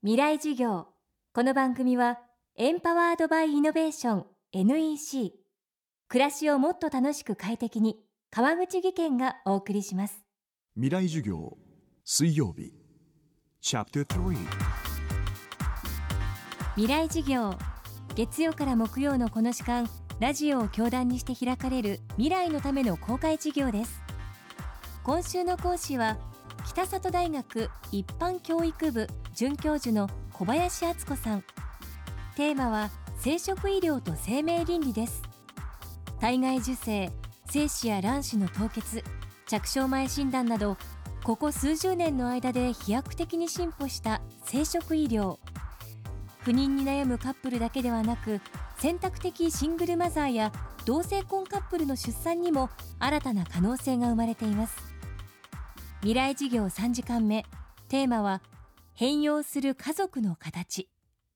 未来授業。この番組はエンパワードバイイノベーション NEC 暮らしをもっと楽しく快適に川口義賢がお送りします。 未来授業水曜日チャプター3 未来授業、月曜から木曜のこの時間、ラジオを教壇にして開かれる未来のための公開授業です。今週の講師は北里大学一般教育部准教授の小林敦子さん。テーマは生殖医療と生命倫理です。体外受精、精子や卵子の凍結、着床前診断など、ここ数十年の間で飛躍的に進歩した生殖医療。不妊に悩むカップルだけではなく、選択的シングルマザーや同性婚カップルの出産にも新たな可能性が生まれています。未来授業3時間目、テーマは変容する家族の形。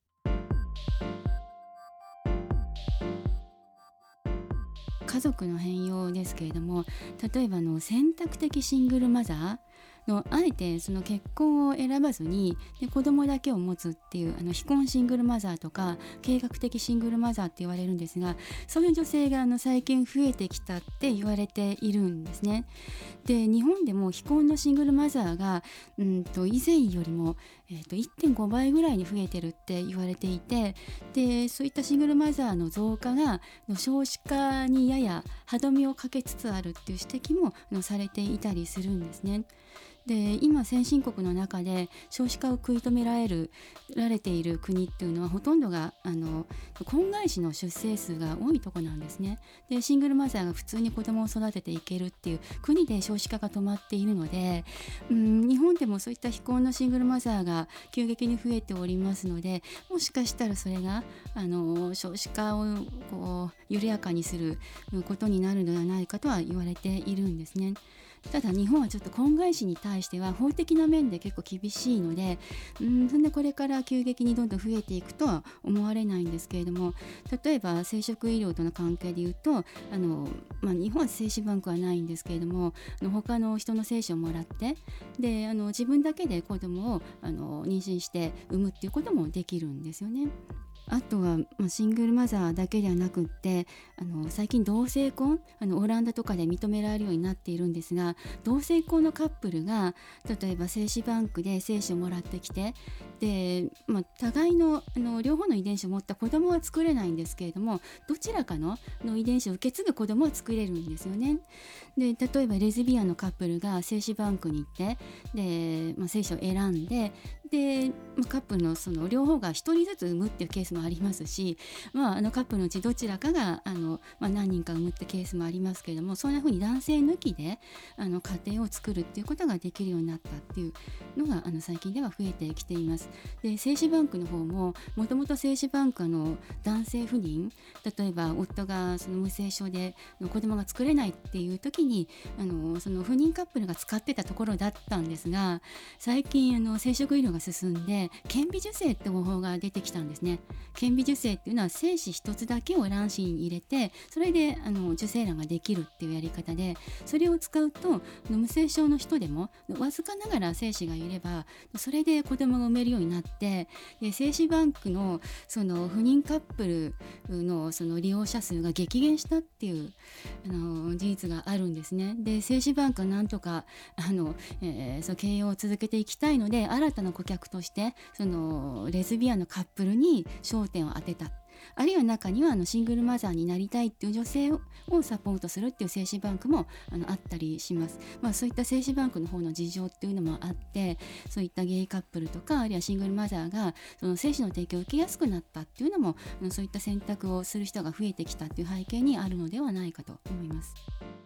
家族の変容ですけれども、例えば選択的シングルマザーのあえてその結婚を選ばずに子供だけを持つっていう非婚シングルマザーとか計画的シングルマザーって言われるんですが、そういう女性が最近増えてきたって言われているんですね。で、日本でも非婚のシングルマザーが以前よりも、1.5 倍ぐらいに増えてるって言われていて、でそういったシングルマザーの増加が少子化にやや歯止めをかけつつあるっていう指摘もされていたりするんですね。で、今先進国の中で少子化を食い止められている国っていうのはほとんどが婚外子の出生数が多いとこなんですね。で、シングルマザーが普通に子供を育てていけるっていう国で少子化が止まっているので、日本でもそういった非婚のシングルマザーが急激に増えておりますので、もしかしたらそれが少子化を緩やかにすることになるのではないかとは言われているんですね。ただ日本はちょっと婚外子に対しては法的な面で結構厳しいので、そんでこれから急激にどんどん増えていくとは思われないんですけれども、例えば生殖医療との関係でいうと日本は精子バンクはないんですけれども、他の人の精子をもらってで自分だけで子供を妊娠して産むっていうこともできるんですよね。あとはシングルマザーだけではなくって最近同性婚オランダとかで認められるようになっているんですが、同性婚のカップルが例えば精子バンクで精子をもらってきてで、互いの両方の遺伝子を持った子供は作れないんですけれども、どちらかの遺伝子を受け継ぐ子供は作れるんですよね。で、例えばレズビアンのカップルが精子バンクに行ってで、精子を選んでカップルの両方が一人ずつ産むっていうケースもありますし、カップルのうちどちらかが何人か産むってケースもありますけれども、そんな風に男性抜きで家庭を作るっていうことができるようになったっていうのが最近では増えてきています。で、精子バンクの方ももともと精子バンク男性不妊、例えば夫が無精子で子供が作れないっていう時にその不妊カップルが使ってたところだったんですが、最近生殖医療が進んで顕微授精って方法が出てきたんですね。顕微授精っていうのは精子一つだけを卵子に入れてそれで受精卵ができるっていうやり方で、それを使うと無精子症の人でもわずかながら精子がいればそれで子供が産めるようになって、で精子バンクの不妊カップルの利用者数が激減したっていう事実があるんですね。で、精子バンクはなんとか経営を続けていきたいので、新たな顧客としてレズビアンのカップルに焦点を当てた。あるいは中にはシングルマザーになりたいっていう女性をサポートするっていう精子バンクもあったりします。そういった精子バンクの方の事情っていうのもあって、そういったゲイカップルとかあるいはシングルマザーが精子の提供を受けやすくなったっていうのもそういった選択をする人が増えてきたっていう背景にあるのではないかと思います。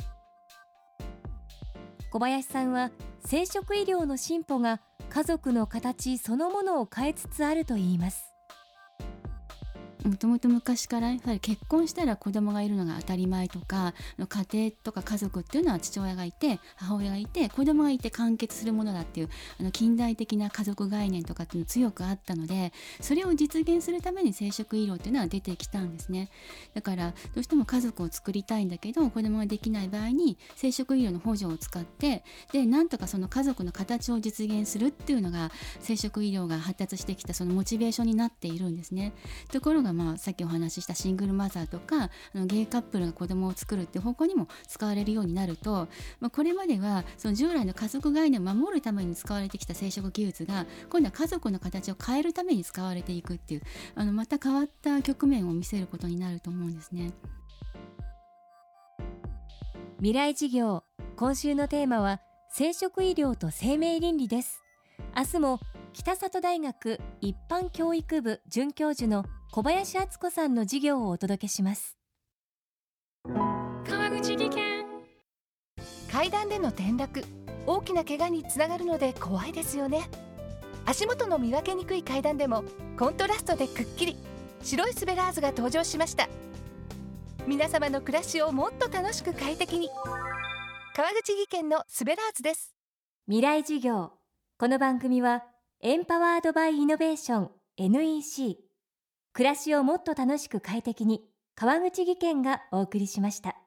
小林さんは生殖医療の進歩が家族の形そのものを変えつつあるといいます。 もともと昔からやはり結婚したら子供がいるのが当たり前とか、家庭とか家族っていうのは父親がいて母親がいて子供がいて完結するものだっていう近代的な家族概念とかっていうの強くあったので、それを実現するために生殖医療っていうのは出てきたんですね。だからどうしても家族を作りたいんだけど子供ができない場合に生殖医療の補助を使ってでなんとかその家族の形を実現するっていうのが生殖医療が発達してきたそのモチベーションになっているんですね。ところがさっきお話ししたシングルマザーとかゲイカップルが子供を作るっていう方向にも使われるようになると、これまではその従来の家族概念を守るために使われてきた生殖技術が今度は家族の形を変えるために使われていくっていうまた変わった局面を見せることになると思うんですね。 未来事業、今週のテーマは生殖医療と生命倫理です。明日も北里大学一般教育部准教授の小林敦子さんの授業をお届けします。 川口技研。階段での転落、大きな怪我につながるので怖いですよね。足元の見分けにくい階段でもコントラストでくっきり白いスベラーズが登場しました。皆様の暮らしをもっと楽しく快適に、川口技研のスベラーズです。 未来事業、この番組はエンパワードバイイノベーション NEC、 暮らしをもっと楽しく快適に、川口技研がお送りしました。